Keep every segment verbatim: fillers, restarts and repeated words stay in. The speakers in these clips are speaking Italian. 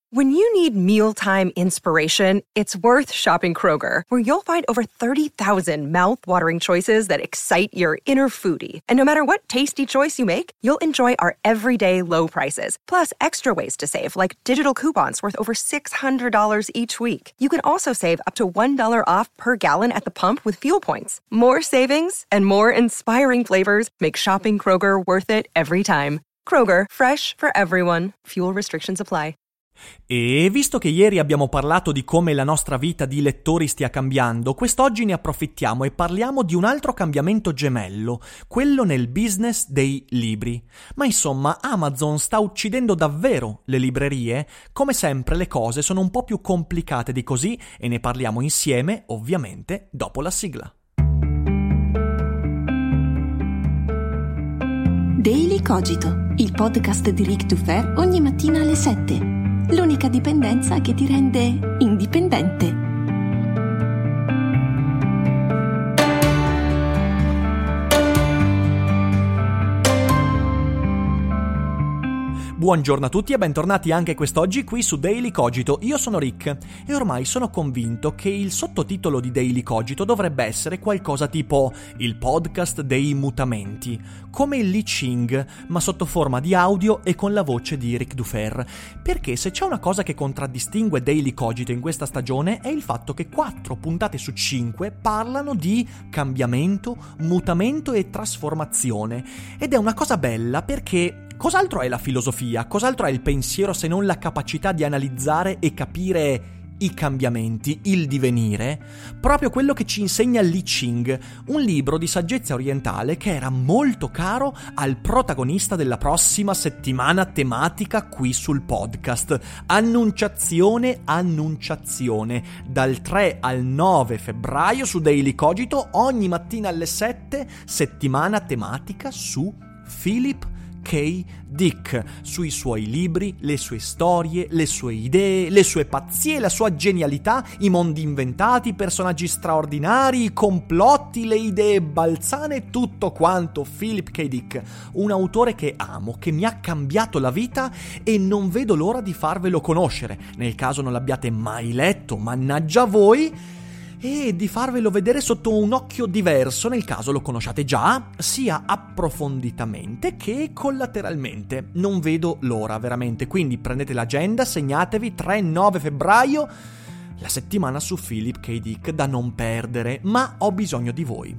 When you need mealtime inspiration, it's worth shopping Kroger, where you'll find over thirty thousand mouth-watering choices that excite your inner foodie. And no matter what tasty choice you make, you'll enjoy our everyday low prices, plus extra ways to save, like digital coupons worth over six hundred dollars each week. You can also save up to one dollar off per gallon at the pump with fuel points. More savings and more inspiring flavors make shopping Kroger worth it every time. Kroger, fresh for everyone. Fuel restrictions apply. E visto che ieri abbiamo parlato di come la nostra vita di lettori stia cambiando, quest'oggi ne approfittiamo e parliamo di un altro cambiamento gemello, quello nel business dei libri. Ma insomma, Amazon sta uccidendo davvero le librerie? Come sempre le cose sono un po' più complicate di così e ne parliamo insieme, ovviamente, dopo la sigla. Daily Cogito, il podcast di Rick Dufer ogni mattina alle sette. L'unica dipendenza che ti rende indipendente. Buongiorno a tutti e bentornati anche quest'oggi qui su Daily Cogito. Io sono Rick e ormai sono convinto che il sottotitolo di Daily Cogito dovrebbe essere qualcosa tipo il podcast dei mutamenti, come il Li Ching, ma sotto forma di audio e con la voce di Rick Dufer. Perché se c'è una cosa che contraddistingue Daily Cogito in questa stagione è il fatto che quattro puntate su cinque parlano di cambiamento, mutamento e trasformazione. Ed è una cosa bella perché cos'altro è la filosofia? Cos'altro è il pensiero se non la capacità di analizzare e capire i cambiamenti, il divenire? Proprio quello che ci insegna Li Ching, un libro di saggezza orientale che era molto caro al protagonista della prossima settimana tematica qui sul podcast. Annunciazione, annunciazione. Dal tre al nove febbraio su Daily Cogito, ogni mattina alle sette, settimana tematica su Philip K. Dick, sui suoi libri, le sue storie, le sue idee, le sue pazzie, la sua genialità, i mondi inventati, i personaggi straordinari, i complotti, le idee balzane, tutto quanto. Philip K. Dick, un autore che amo, che mi ha cambiato la vita e non vedo l'ora di farvelo conoscere, nel caso non l'abbiate mai letto, mannaggia voi, e di farvelo vedere sotto un occhio diverso nel caso lo conosciate già, sia approfonditamente che collateralmente. Non vedo l'ora, veramente. Quindi prendete l'agenda, segnatevi tre nove febbraio, la settimana su Philip K. Dick da non perdere. Ma ho bisogno di voi,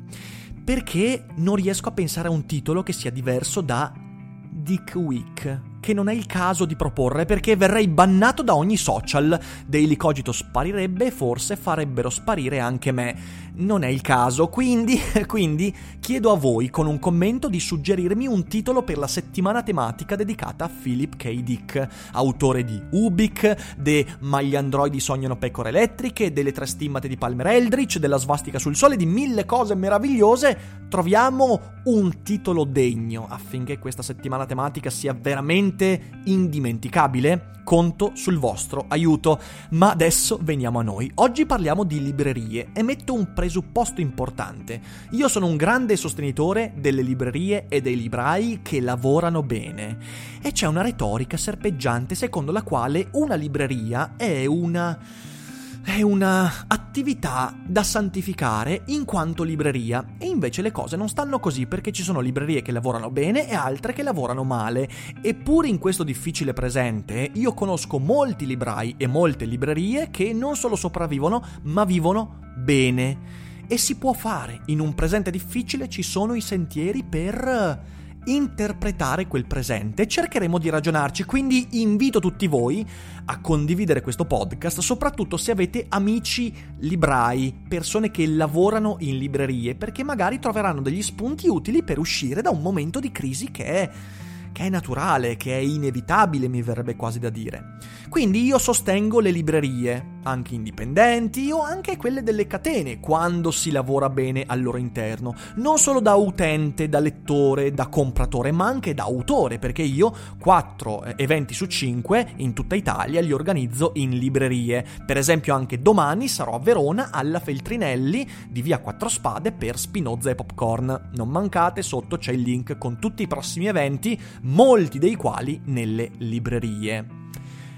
perché non riesco a pensare a un titolo che sia diverso da Dick Week, che non è il caso di proporre perché verrei bannato da ogni social. Daily Cogito sparirebbe e forse farebbero sparire anche me. Non è il caso, quindi, quindi chiedo a voi con un commento di suggerirmi un titolo per la settimana tematica dedicata a Philip K. Dick, autore di Ubik, de Ma gli androidi sognano pecore elettriche, delle tre stimmate di Palmer Eldritch, della svastica sul sole, di mille cose meravigliose. Troviamo un titolo degno affinché questa settimana tematica sia veramente indimenticabile. Conto sul vostro aiuto. Ma adesso veniamo a noi. Oggi parliamo di librerie e metto un presupposto importante. Io sono un grande sostenitore delle librerie e dei librai che lavorano bene. E c'è una retorica serpeggiante secondo la quale una libreria è una... è una attività da santificare in quanto libreria, e invece le cose non stanno così, perché ci sono librerie che lavorano bene e altre che lavorano male. Eppure in questo difficile presente io conosco molti librai e molte librerie che non solo sopravvivono ma vivono bene, e si può fare. In un presente difficile ci sono i sentieri per interpretare quel presente. Cercheremo di ragionarci, quindi invito tutti voi a condividere questo podcast, soprattutto se avete amici librai, persone che lavorano in librerie, perché magari troveranno degli spunti utili per uscire da un momento di crisi che è che è naturale, che è inevitabile, mi verrebbe quasi da dire. Quindi io sostengo le librerie, anche indipendenti o anche quelle delle catene, quando si lavora bene al loro interno, non solo da utente, da lettore, da compratore, ma anche da autore, perché io quattro eventi su cinque in tutta Italia li organizzo in librerie. Per esempio anche domani sarò a Verona alla Feltrinelli di via Quattro Spade per Spinoza e Popcorn. Non mancate, sotto c'è il link con tutti i prossimi eventi, molti dei quali nelle librerie.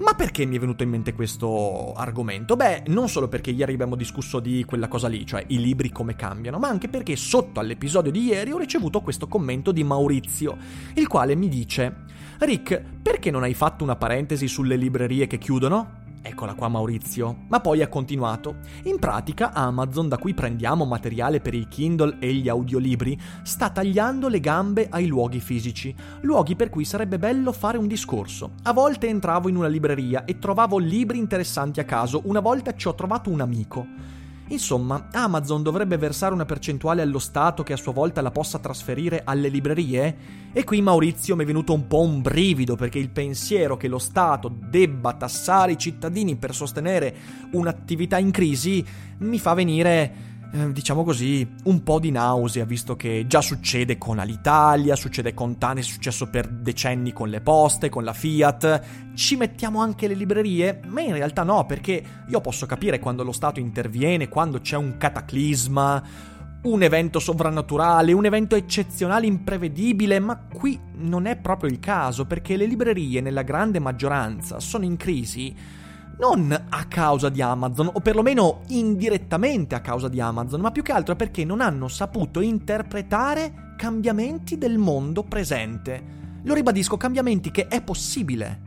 Ma perché mi è venuto in mente questo argomento? Beh, non solo perché ieri abbiamo discusso di quella cosa lì, cioè i libri come cambiano, ma anche perché sotto all'episodio di ieri ho ricevuto questo commento di Maurizio, il quale mi dice: Rick, perché non hai fatto una parentesi sulle librerie che chiudono? Eccola qua Maurizio. Ma poi ha continuato: in pratica Amazon, da cui prendiamo materiale per il Kindle e gli audiolibri, sta tagliando le gambe ai luoghi fisici, luoghi per cui sarebbe bello fare un discorso. A volte entravo in una libreria e trovavo libri interessanti a caso, una volta ci ho trovato un amico. Insomma, Amazon dovrebbe versare una percentuale allo Stato che a sua volta la possa trasferire alle librerie? E qui Maurizio mi è venuto un po' un brivido, perché il pensiero che lo Stato debba tassare i cittadini per sostenere un'attività in crisi mi fa venire, eh, diciamo così, un po' di nausea, visto che già succede con Alitalia, succede con Tani, è successo per decenni con le poste, con la Fiat. Ci mettiamo anche le librerie? Ma in realtà no, perché io posso capire quando lo Stato interviene, quando c'è un cataclisma, un evento sovrannaturale, un evento eccezionale, imprevedibile, ma qui non è proprio il caso, perché le librerie nella grande maggioranza sono in crisi non a causa di Amazon, o perlomeno indirettamente a causa di Amazon, ma più che altro perché non hanno saputo interpretare cambiamenti del mondo presente. Lo ribadisco, cambiamenti che è possibile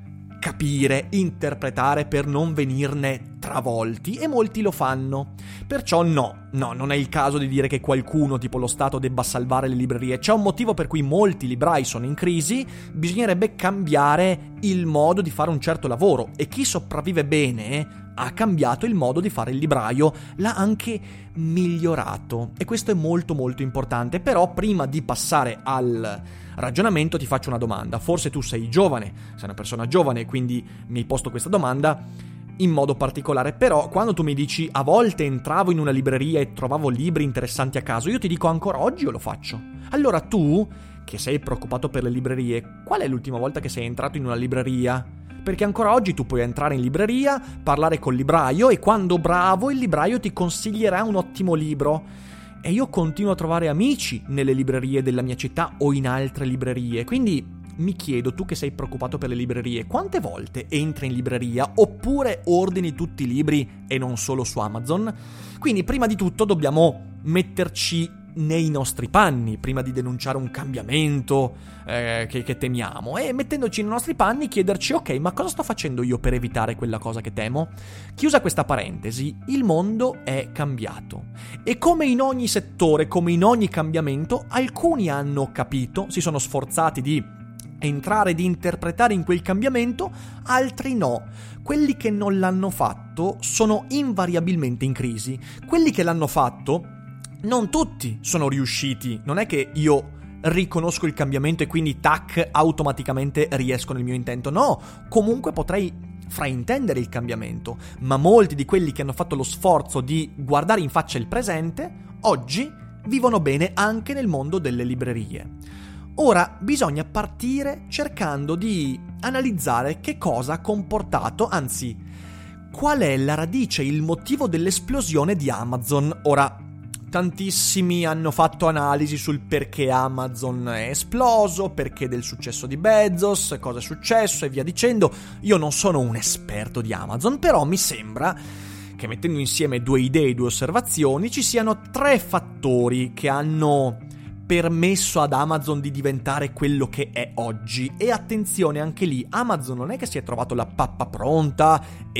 capire, interpretare per non venirne travolti, e molti lo fanno. Perciò no, no, non è il caso di dire che qualcuno, tipo lo Stato, debba salvare le librerie. C'è un motivo per cui molti librai sono in crisi, bisognerebbe cambiare il modo di fare un certo lavoro, e chi sopravvive bene ha cambiato il modo di fare il libraio, l'ha anche migliorato, e questo è molto molto importante. Però prima di passare al ragionamento ti faccio una domanda. Forse tu sei giovane, sei una persona giovane, quindi mi hai posto questa domanda in modo particolare, però quando tu mi dici a volte entravo in una libreria e trovavo libri interessanti a caso, io ti dico ancora oggi io lo faccio. Allora tu, che sei preoccupato per le librerie, qual è l'ultima volta che sei entrato in una libreria? Perché ancora oggi tu puoi entrare in libreria, parlare col libraio, e quando bravo il libraio ti consiglierà un ottimo libro. E io continuo a trovare amici nelle librerie della mia città o in altre librerie, quindi mi chiedo, tu che sei preoccupato per le librerie, quante volte entri in libreria oppure ordini tutti i libri e non solo su Amazon? Quindi prima di tutto dobbiamo metterci nei nostri panni prima di denunciare un cambiamento eh, che, che temiamo, e mettendoci nei nostri panni chiederci: ok, ma cosa sto facendo io per evitare quella cosa che temo? Chiusa questa parentesi, il mondo è cambiato, e come in ogni settore, come in ogni cambiamento, alcuni hanno capito, si sono sforzati di entrare, di interpretare in quel cambiamento, altri no. Quelli che non l'hanno fatto sono invariabilmente in crisi. Quelli che l'hanno fatto, non tutti sono riusciti. Non è che io riconosco il cambiamento e quindi tac, automaticamente riesco nel mio intento. No, comunque potrei fraintendere il cambiamento, ma molti di quelli che hanno fatto lo sforzo di guardare in faccia il presente, oggi vivono bene anche nel mondo delle librerie. Ora bisogna partire cercando di analizzare che cosa ha comportato, anzi, qual è la radice, il motivo dell'esplosione di Amazon. Ora, tantissimi hanno fatto analisi sul perché Amazon è esploso, perché del successo di Bezos, cosa è successo e via dicendo. Io non sono un esperto di Amazon, però mi sembra che mettendo insieme due idee, due osservazioni, ci siano tre fattori che hanno permesso ad Amazon di diventare quello che è oggi. E attenzione, anche lì Amazon non è che si è trovato la pappa pronta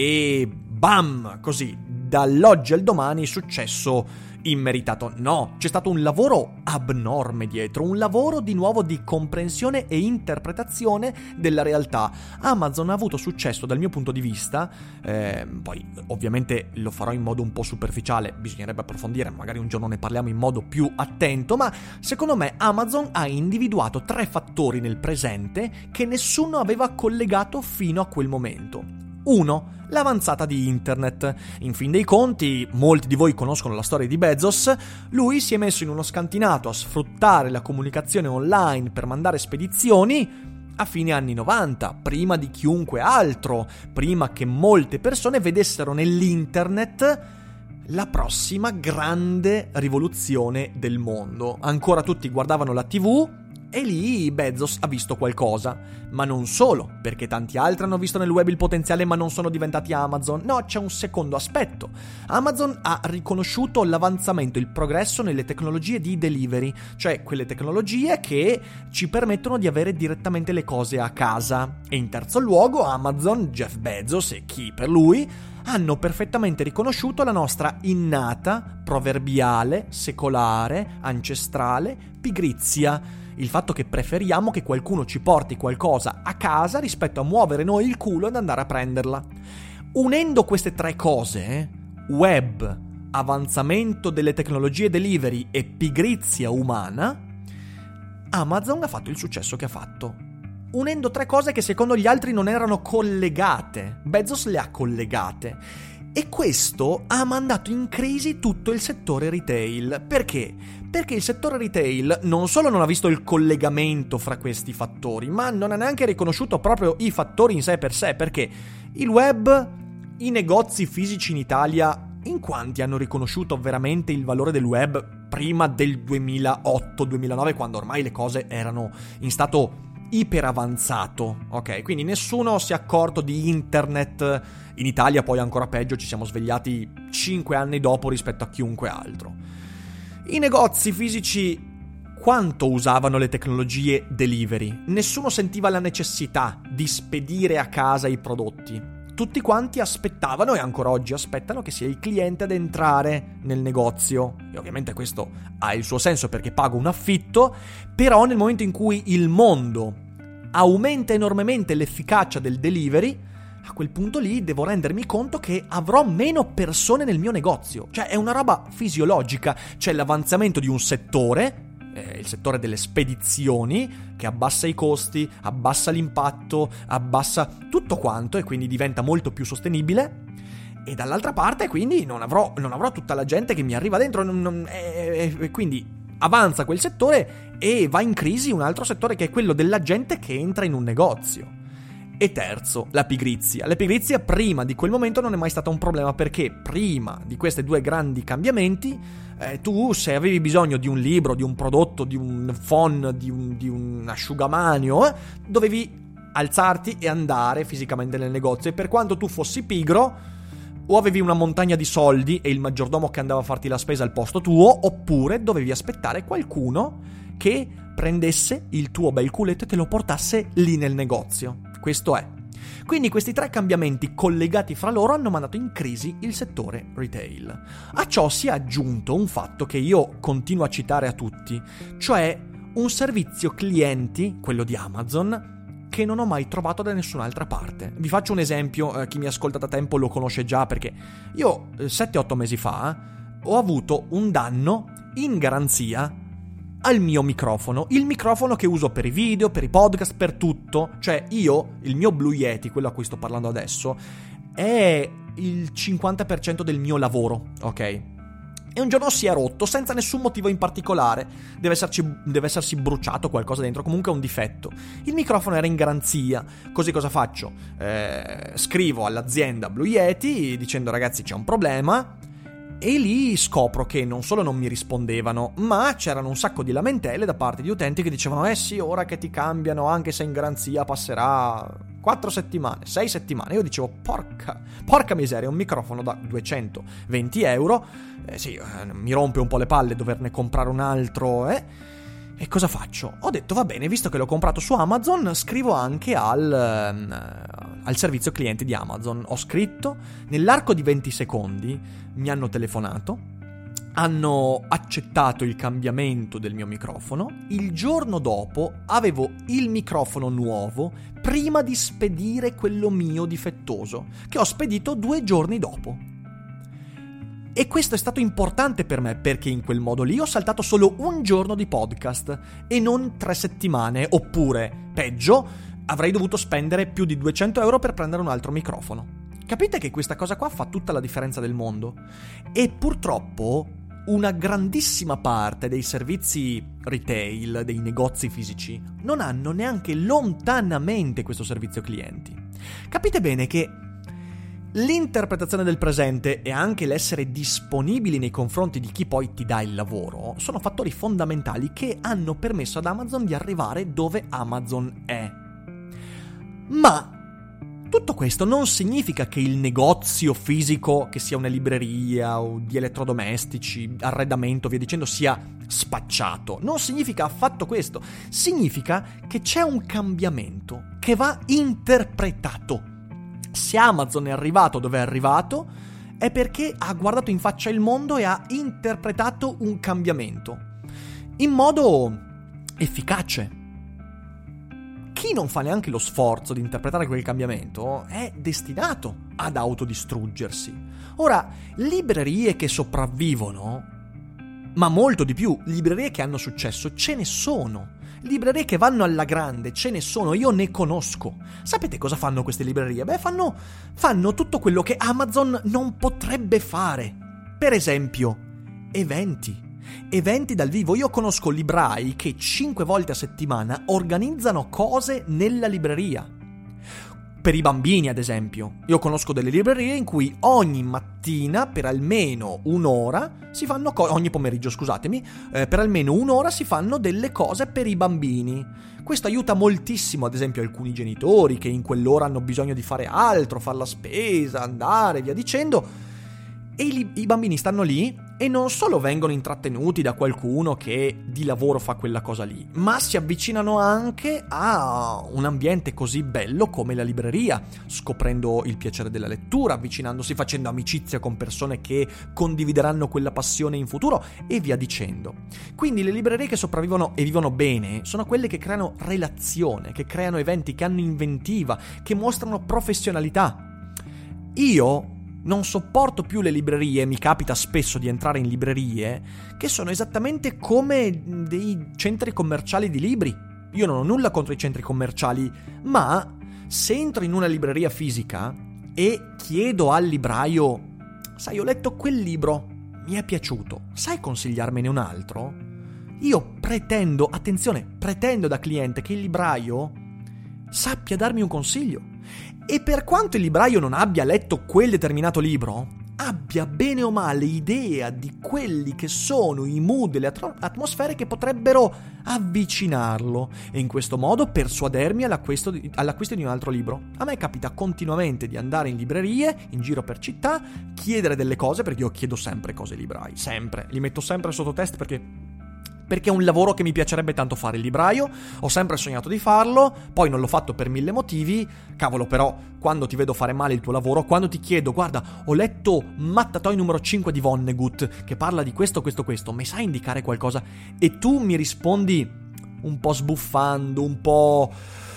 e bam, così dall'oggi al domani successo immeritato. No, c'è stato un lavoro abnorme dietro, un lavoro di nuovo di comprensione e interpretazione della realtà. Amazon ha avuto successo dal mio punto di vista, eh, poi ovviamente lo farò in modo un po' superficiale, bisognerebbe approfondire, magari un giorno ne parliamo in modo più attento, ma secondo me Amazon ha individuato tre fattori nel presente che nessuno aveva collegato fino a quel momento. Uno, l'avanzata di internet. In fin dei conti, molti di voi conoscono la storia di Bezos. Lui si è messo in uno scantinato a sfruttare la comunicazione online per mandare spedizioni a fine anni novanta, prima di chiunque altro, prima che molte persone vedessero nell'internet la prossima grande rivoluzione del mondo. Ancora tutti guardavano la tivù E lì Bezos ha visto qualcosa, ma non solo, perché tanti altri hanno visto nel web il potenziale ma non sono diventati Amazon. No, c'è un secondo aspetto. Amazon ha riconosciuto l'avanzamento, il progresso nelle tecnologie di delivery, cioè quelle tecnologie che ci permettono di avere direttamente le cose a casa. E in terzo luogo Amazon, Jeff Bezos e chi per lui hanno perfettamente riconosciuto la nostra innata, proverbiale, secolare, ancestrale pigrizia. Il fatto che preferiamo che qualcuno ci porti qualcosa a casa rispetto a muovere noi il culo ed andare a prenderla. Unendo queste tre cose, web, avanzamento delle tecnologie delivery e pigrizia umana, Amazon ha fatto il successo che ha fatto. Unendo tre cose che secondo gli altri non erano collegate. Bezos le ha collegate. E questo ha mandato in crisi tutto il settore retail. Perché? Perché il settore retail non solo non ha visto il collegamento fra questi fattori, ma non ha neanche riconosciuto proprio i fattori in sé per sé. Perché il web, i negozi fisici in Italia, in quanti hanno riconosciuto veramente il valore del web prima del duemilaotto duemilanove, quando ormai le cose erano in stato iper avanzato, ok? Quindi nessuno si è accorto di internet. In Italia poi ancora peggio, ci siamo svegliati cinque anni dopo rispetto a chiunque altro. I negozi fisici quanto usavano le tecnologie delivery? Nessuno sentiva la necessità di spedire a casa i prodotti. Tutti quanti aspettavano, e ancora oggi aspettano, che sia il cliente ad entrare nel negozio. E ovviamente questo ha il suo senso perché pago un affitto, però nel momento in cui il mondo aumenta enormemente l'efficacia del delivery, a quel punto lì devo rendermi conto che avrò meno persone nel mio negozio. Cioè è una roba fisiologica. C'è l'avanzamento di un settore, eh, il settore delle spedizioni, che abbassa i costi, abbassa l'impatto, abbassa tutto quanto e quindi diventa molto più sostenibile. E dall'altra parte quindi non avrò, non avrò tutta la gente che mi arriva dentro, non, non, e, e quindi avanza quel settore e va in crisi un altro settore che è quello della gente che entra in un negozio. E terzo, la pigrizia. La pigrizia prima di quel momento non è mai stata un problema, perché prima di questi due grandi cambiamenti eh, tu, se avevi bisogno di un libro, di un prodotto, di un phone, di un, di un asciugamanio, eh, dovevi alzarti e andare fisicamente nel negozio. E per quanto tu fossi pigro, o avevi una montagna di soldi e il maggiordomo che andava a farti la spesa al posto tuo, oppure dovevi aspettare qualcuno che prendesse il tuo bel culetto e te lo portasse lì nel negozio. Questo è. Quindi questi tre cambiamenti collegati fra loro hanno mandato in crisi il settore retail. A ciò si è aggiunto un fatto che io continuo a citare a tutti, cioè un servizio clienti, quello di Amazon, che non ho mai trovato da nessun'altra parte. Vi faccio un esempio, eh, chi mi ascolta da tempo lo conosce già, perché io sette otto mesi fa ho avuto un danno in garanzia al mio microfono, il microfono che uso per i video, per i podcast, per tutto. Cioè io, il mio Blue Yeti, quello a cui sto parlando adesso, è il cinquanta per cento del mio lavoro, ok? E un giorno si è rotto senza nessun motivo in particolare, deve esserci, deve essersi bruciato qualcosa dentro, comunque è un difetto. Il microfono era in garanzia, così cosa faccio? Eh, scrivo all'azienda Blue Yeti dicendo ragazzi c'è un problema. E lì scopro che non solo non mi rispondevano, ma c'erano un sacco di lamentele da parte di utenti che dicevano eh sì, ora che ti cambiano, anche se in garanzia passerà quattro settimane, sei settimane. Io dicevo porca, porca miseria, un microfono da duecentoventi euro, eh sì, eh, mi rompe un po' le palle doverne comprare un altro, eh. E cosa faccio? Ho detto va bene, visto che l'ho comprato su Amazon, scrivo anche al, uh, al servizio clienti di Amazon. Ho scritto, nell'arco di venti secondi mi hanno telefonato, hanno accettato il cambiamento del mio microfono. Il giorno dopo avevo il microfono nuovo prima di spedire quello mio difettoso, che ho spedito due giorni dopo. E questo è stato importante per me, perché in quel modo lì ho saltato solo un giorno di podcast e non tre settimane, oppure, peggio, avrei dovuto spendere più di duecento euro per prendere un altro microfono. Capite che questa cosa qua fa tutta la differenza del mondo? E purtroppo una grandissima parte dei servizi retail, dei negozi fisici, non hanno neanche lontanamente questo servizio clienti. Capite bene che L'interpretazione del presente e anche l'essere disponibili nei confronti di chi poi ti dà il lavoro sono fattori fondamentali che hanno permesso ad Amazon di arrivare dove Amazon è. Ma tutto questo non significa che il negozio fisico, che sia una libreria o di elettrodomestici, arredamento, via dicendo, sia spacciato. Non significa affatto questo. Significa che c'è un cambiamento che va interpretato. Se Amazon è arrivato dove è arrivato, è perché ha guardato in faccia il mondo e ha interpretato un cambiamento in modo efficace. Chi non fa neanche lo sforzo di interpretare quel cambiamento è destinato ad autodistruggersi. Ora, librerie che sopravvivono, ma molto di più, librerie che hanno successo, ce ne sono. Librerie che vanno alla grande, ce ne sono, io ne conosco. Sapete cosa fanno queste librerie? Beh, fanno, fanno tutto quello che Amazon non potrebbe fare. Per esempio, eventi. Eventi dal vivo. Io conosco librai che cinque volte a settimana organizzano cose nella libreria. Per i bambini, ad esempio. Io conosco delle librerie in cui ogni mattina, per almeno un'ora, si fanno co- ogni pomeriggio, scusatemi, eh, per almeno un'ora si fanno delle cose per i bambini. Questo aiuta moltissimo, ad esempio, alcuni genitori che in quell'ora hanno bisogno di fare altro, fare la spesa, andare, via dicendo. E i, i bambini stanno lì e non solo vengono intrattenuti da qualcuno che di lavoro fa quella cosa lì, ma si avvicinano anche a un ambiente così bello come la libreria, scoprendo il piacere della lettura, avvicinandosi, facendo amicizia con persone che condivideranno quella passione in futuro e via dicendo. Quindi le librerie che sopravvivono e vivono bene sono quelle che creano relazione, che creano eventi, che hanno inventiva, che mostrano professionalità. Io non sopporto più le librerie, mi capita spesso di entrare in librerie che sono esattamente come dei centri commerciali di libri. Io non ho nulla contro i centri commerciali, ma se entro in una libreria fisica e chiedo al libraio: sai, ho letto quel libro, mi è piaciuto, sai consigliarmene un altro? Io pretendo, attenzione, pretendo da cliente che il libraio sappia darmi un consiglio. E per quanto il libraio non abbia letto quel determinato libro, abbia bene o male idea di quelli che sono i mood e le atro- atmosfere che potrebbero avvicinarlo e in questo modo persuadermi all'acquisto di, all'acquisto di un altro libro. A me capita continuamente di andare in librerie, in giro per città, chiedere delle cose, perché io chiedo sempre cose ai librai, sempre, li metto sempre sotto test perché... perché è un lavoro che mi piacerebbe tanto fare, il libraio, ho sempre sognato di farlo, poi non l'ho fatto per mille motivi, cavolo, però quando ti vedo fare male il tuo lavoro, quando ti chiedo: guarda, ho letto Mattatoi numero cinque di Vonnegut, che parla di questo, questo, questo, mi sai indicare qualcosa? E tu mi rispondi un po' sbuffando, un po'...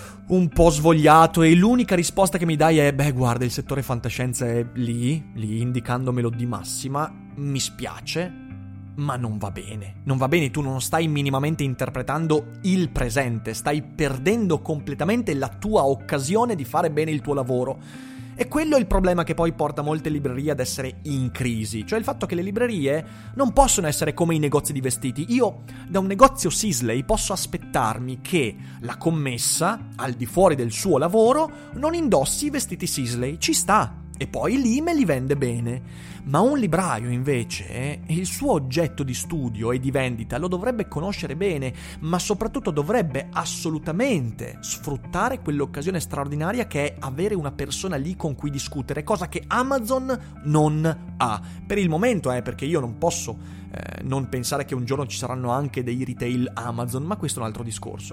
un po' svogliato, e l'unica risposta che mi dai è: beh, guarda, il settore fantascienza è lì, lì, indicandomelo di massima, mi spiace, ma non va bene. Non va bene, tu non stai minimamente interpretando il presente, stai perdendo completamente la tua occasione di fare bene il tuo lavoro. E quello è il problema che poi porta molte librerie ad essere in crisi, cioè il fatto che le librerie non possono essere come i negozi di vestiti. Io da un negozio Sisley posso aspettarmi che la commessa, al di fuori del suo lavoro, non indossi i vestiti Sisley, ci sta. E poi lì me li vende bene. Ma un libraio invece, il suo oggetto di studio e di vendita lo dovrebbe conoscere bene, ma soprattutto dovrebbe assolutamente sfruttare quell'occasione straordinaria che è avere una persona lì con cui discutere, cosa che Amazon non ha. Per il momento, eh, perché io non posso eh, non pensare che un giorno ci saranno anche dei retail Amazon, ma questo è un altro discorso.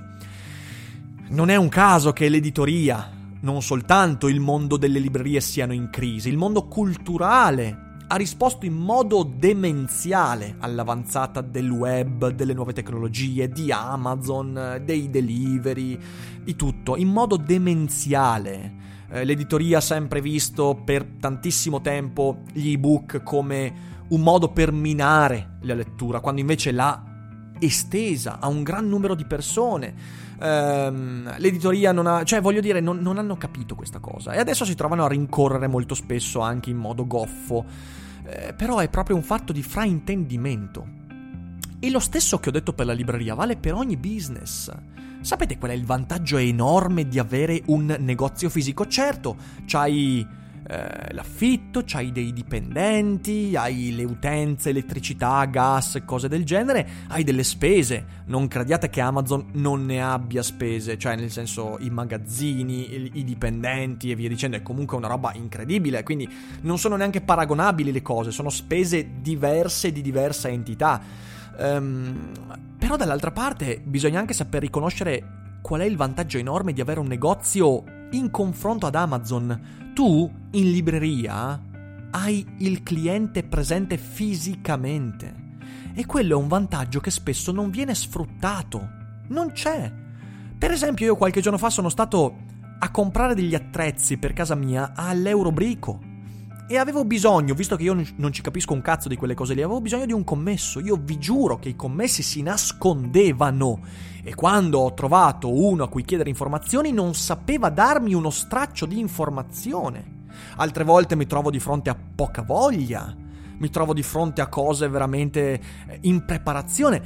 Non è un caso che l'editoria, non soltanto il mondo delle librerie, siano in crisi. Il mondo culturale ha risposto in modo demenziale all'avanzata del web, delle nuove tecnologie, di Amazon, dei delivery, di tutto, in modo demenziale. Eh, l'editoria ha sempre visto per tantissimo tempo gli ebook come un modo per minare la lettura, quando invece l'ha estesa a un gran numero di persone. Um, l'editoria non ha, cioè voglio dire, non, non hanno capito questa cosa e adesso si trovano a rincorrere molto spesso anche in modo goffo, eh, però è proprio un fatto di fraintendimento. E lo stesso che ho detto per la libreria vale per ogni business. Sapete qual è il vantaggio enorme di avere un negozio fisico? Certo, c'hai eh, l'affitto, c'hai dei dipendenti, hai le utenze, elettricità, gas, cose del genere, hai delle spese. Non crediate che Amazon non ne abbia spese, cioè nel senso i magazzini, i, i dipendenti e via dicendo, è comunque una roba incredibile, quindi non sono neanche paragonabili le cose, sono spese diverse di diversa entità. Um, però dall'altra parte bisogna anche saper riconoscere qual è il vantaggio enorme di avere un negozio in confronto ad Amazon. Tu in libreria hai il cliente presente fisicamente e quello è un vantaggio che spesso non viene sfruttato, non c'è. Per esempio, io qualche giorno fa sono stato a comprare degli attrezzi per casa mia all'Eurobrico e avevo bisogno, visto che io non ci capisco un cazzo di quelle cose lì, avevo bisogno di un commesso. Io vi giuro che i commessi si nascondevano e quando ho trovato uno a cui chiedere informazioni non sapeva darmi uno straccio di informazione. Altre volte mi trovo di fronte a poca voglia, mi trovo di fronte a cose veramente in preparazione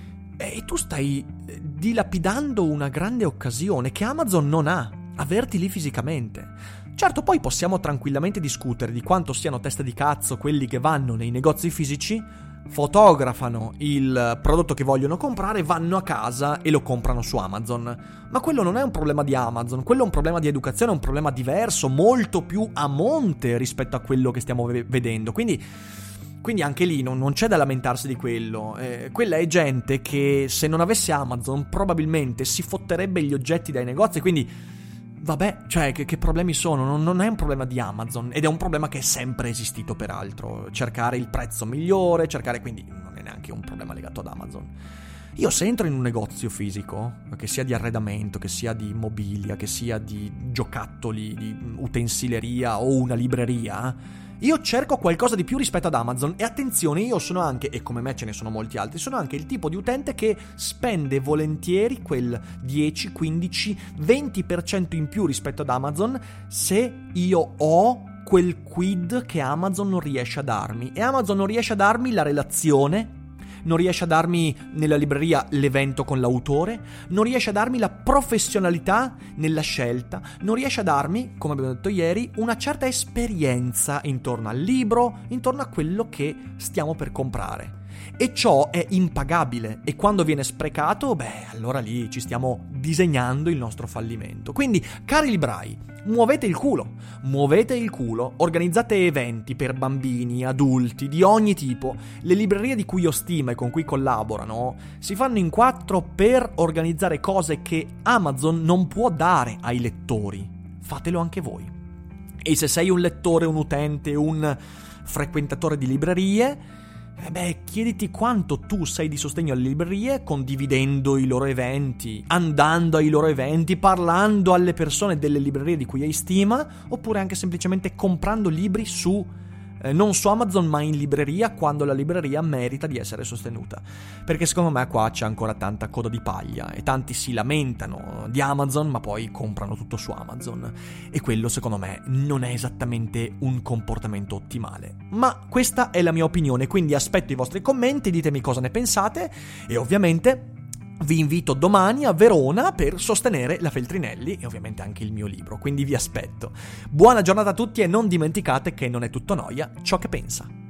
e tu stai dilapidando una grande occasione che Amazon non ha, averti lì fisicamente. Certo, poi possiamo tranquillamente discutere di quanto siano teste di cazzo quelli che vanno nei negozi fisici, fotografano il prodotto che vogliono comprare, vanno a casa e lo comprano su Amazon. Ma quello non è un problema di Amazon, quello è un problema di educazione, è un problema diverso, molto più a monte rispetto a quello che stiamo ve- vedendo. Quindi, quindi anche lì non, non c'è da lamentarsi di quello. Eh, quella è gente che se non avesse Amazon probabilmente si fotterebbe gli oggetti dai negozi, quindi vabbè, cioè che, che problemi sono? Non, non è un problema di Amazon ed è un problema che è sempre esistito peraltro, cercare il prezzo migliore, cercare, quindi non è neanche un problema legato ad Amazon. Io se entro in un negozio fisico, che sia di arredamento, che sia di mobilia, che sia di giocattoli, di utensileria o una libreria, io cerco qualcosa di più rispetto ad Amazon. E attenzione, io sono anche, e come me ce ne sono molti altri, sono anche il tipo di utente che spende volentieri quel dieci, quindici, venti per cento in più rispetto ad Amazon se io ho quel quid che Amazon non riesce a darmi. E Amazon non riesce a darmi la relazione, non riesce a darmi nella libreria l'evento con l'autore, non riesce a darmi la professionalità nella scelta, non riesce a darmi, come abbiamo detto ieri, una certa esperienza intorno al libro, intorno a quello che stiamo per comprare. E ciò è impagabile e quando viene sprecato, beh, allora lì ci stiamo disegnando il nostro fallimento. Quindi, cari librai, muovete il culo, muovete il culo, organizzate eventi per bambini, adulti, di ogni tipo. Le librerie di cui io stimo e con cui collaborano si fanno in quattro per organizzare cose che Amazon non può dare ai lettori. Fatelo anche voi. E se sei un lettore, un utente, un frequentatore di librerie, Eh beh, chiediti quanto tu sei di sostegno alle librerie condividendo i loro eventi, andando ai loro eventi, parlando alle persone delle librerie di cui hai stima, oppure anche semplicemente comprando libri su, eh, non su Amazon ma in libreria quando la libreria merita di essere sostenuta. Perché secondo me qua c'è ancora tanta coda di paglia e tanti si lamentano di Amazon ma poi comprano tutto su Amazon. E quello secondo me non è esattamente un comportamento ottimale. Ma questa è la mia opinione, quindi aspetto i vostri commenti, ditemi cosa ne pensate e ovviamente vi invito domani a Verona per sostenere la Feltrinelli e ovviamente anche il mio libro, quindi vi aspetto. Buona giornata a tutti e non dimenticate che non è tutto noia ciò che pensa.